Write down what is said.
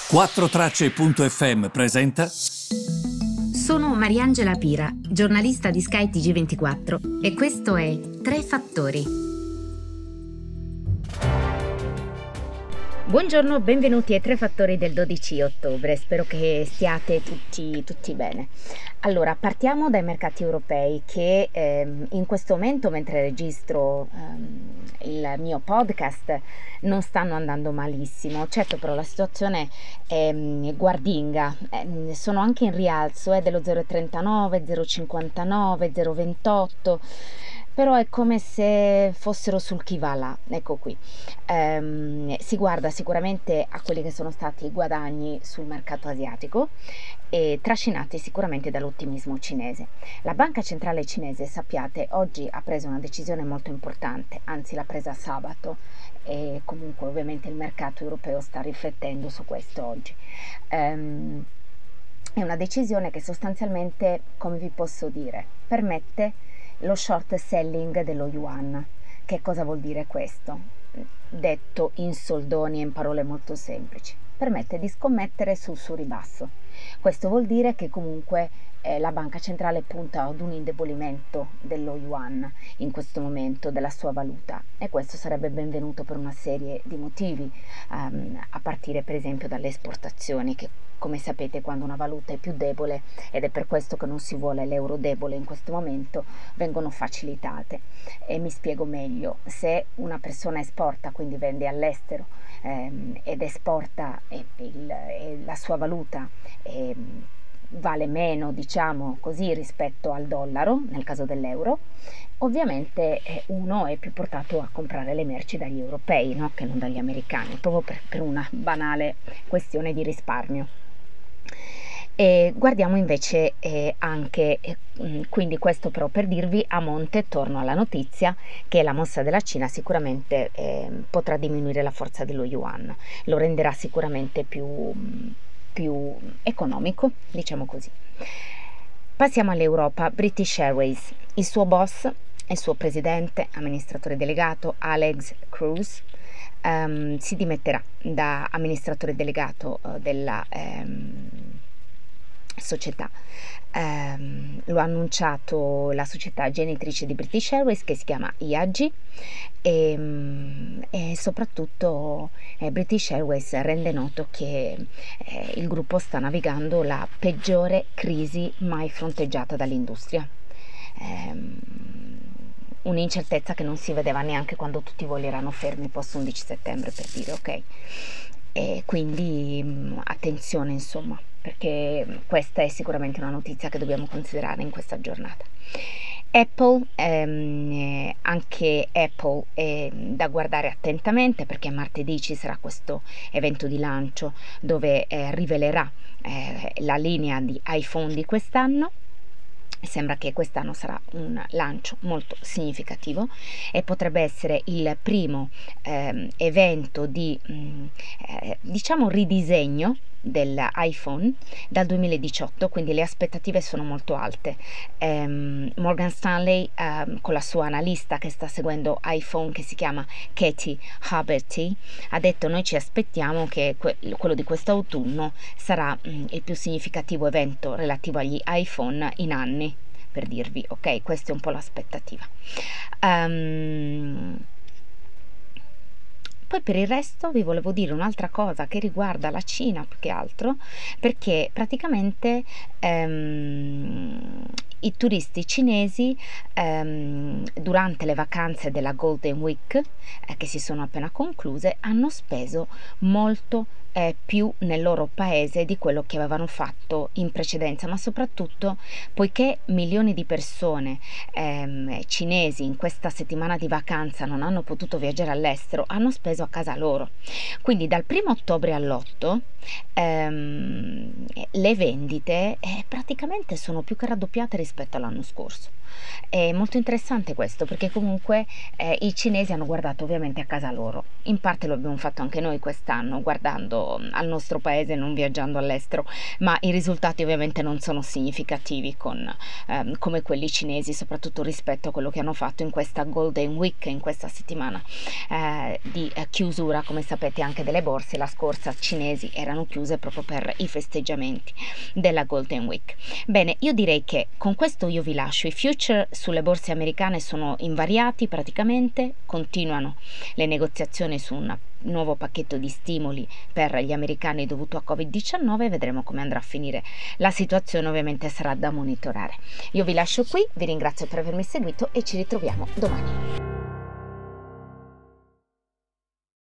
4Tracce.fm presenta. Sono Mariangela Pira, giornalista di Sky TG24 e questo è Tre Fattori. Buongiorno, benvenuti ai Tre Fattori del 12 ottobre, spero che stiate tutti bene. Allora, partiamo dai mercati europei che in questo momento, mentre registro il mio podcast, non stanno andando malissimo. Certo, però la situazione è guardinga, sono anche in rialzo, dello 0,39, 0,59, 0,28, però è come se fossero sul chi va là, ecco qui. Si guarda sicuramente a quelli che sono stati i guadagni sul mercato asiatico e trascinati sicuramente dall'ottimismo cinese. La banca centrale cinese, sappiate, oggi ha preso una decisione molto importante, anzi l'ha presa sabato, e comunque ovviamente il mercato europeo sta riflettendo su questo oggi. È una decisione che sostanzialmente, come vi posso dire, permette lo short selling dello yuan. Che cosa vuol dire questo? Detto in soldoni e in parole molto semplici, permette di scommettere sul suo ribasso. Questo vuol dire che comunque la banca centrale punta ad un indebolimento dello yuan in questo momento, della sua valuta, e questo sarebbe benvenuto per una serie di motivi, a partire per esempio dalle esportazioni che, come sapete, quando una valuta è più debole, ed è per questo che non si vuole l'euro debole in questo momento, vengono facilitate. E mi spiego meglio: se una persona esporta, quindi vende all'estero, ed esporta e la sua valuta vale meno, diciamo così, rispetto al dollaro, nel caso dell'euro, ovviamente uno è più portato a comprare le merci dagli europei, no? Che non dagli americani, proprio per una banale questione di risparmio. E guardiamo invece anche, quindi questo però per dirvi, a monte torno alla notizia che la mossa della Cina sicuramente potrà diminuire la forza dello yuan, lo renderà sicuramente più economico, diciamo così. Passiamo all'Europa. British Airways, il suo boss, il suo presidente, amministratore delegato Alex Cruz, si dimetterà da amministratore delegato della società. Lo ha annunciato la società genitrice di British Airways, che si chiama IAG, e soprattutto British Airways rende noto che il gruppo sta navigando la peggiore crisi mai fronteggiata dall'industria. Un'incertezza che non si vedeva neanche quando tutti i voli erano fermi post 11 settembre, per dire, ok? E quindi attenzione, insomma, perché questa è sicuramente una notizia che dobbiamo considerare in questa giornata. Apple, anche Apple è da guardare attentamente, perché martedì ci sarà questo evento di lancio dove rivelerà la linea di iPhone di quest'anno. Sembra che quest'anno sarà un lancio molto significativo e potrebbe essere il primo evento di diciamo ridisegno dell'iPhone dal 2018, quindi le aspettative sono molto alte. Morgan Stanley, con la sua analista che sta seguendo iPhone, che si chiama Katie Haberty, ha detto: noi ci aspettiamo che quello di quest'autunno sarà il più significativo evento relativo agli iPhone in anni, per dirvi, ok? Questa è un po' l'aspettativa. Poi per il resto vi volevo dire un'altra cosa che riguarda la Cina più che altro, perché praticamente i turisti cinesi durante le vacanze della Golden Week che si sono appena concluse hanno speso molto più nel loro paese di quello che avevano fatto in precedenza, ma soprattutto poiché milioni di persone cinesi in questa settimana di vacanza non hanno potuto viaggiare all'estero, hanno speso a casa loro. Quindi dal 1 ottobre all'8 le vendite praticamente sono più che raddoppiate rispetto all'anno scorso. È molto interessante questo perché comunque i cinesi hanno guardato ovviamente a casa loro. In parte lo abbiamo fatto anche noi quest'anno, guardando al nostro paese, non viaggiando all'estero, ma i risultati ovviamente non sono significativi come quelli cinesi, soprattutto rispetto a quello che hanno fatto in questa Golden Week, in questa settimana di chiusura, come sapete, anche delle borse. La scorsa cinesi erano chiuse proprio per i festeggiamenti della Golden Week. Bene, io direi che con questo io vi lascio. I future sulle borse americane sono invariati praticamente, continuano le negoziazioni su un nuovo pacchetto di stimoli per gli americani dovuto a Covid-19, vedremo come andrà a finire la situazione, ovviamente sarà da monitorare. Io vi lascio qui, vi ringrazio per avermi seguito e ci ritroviamo domani.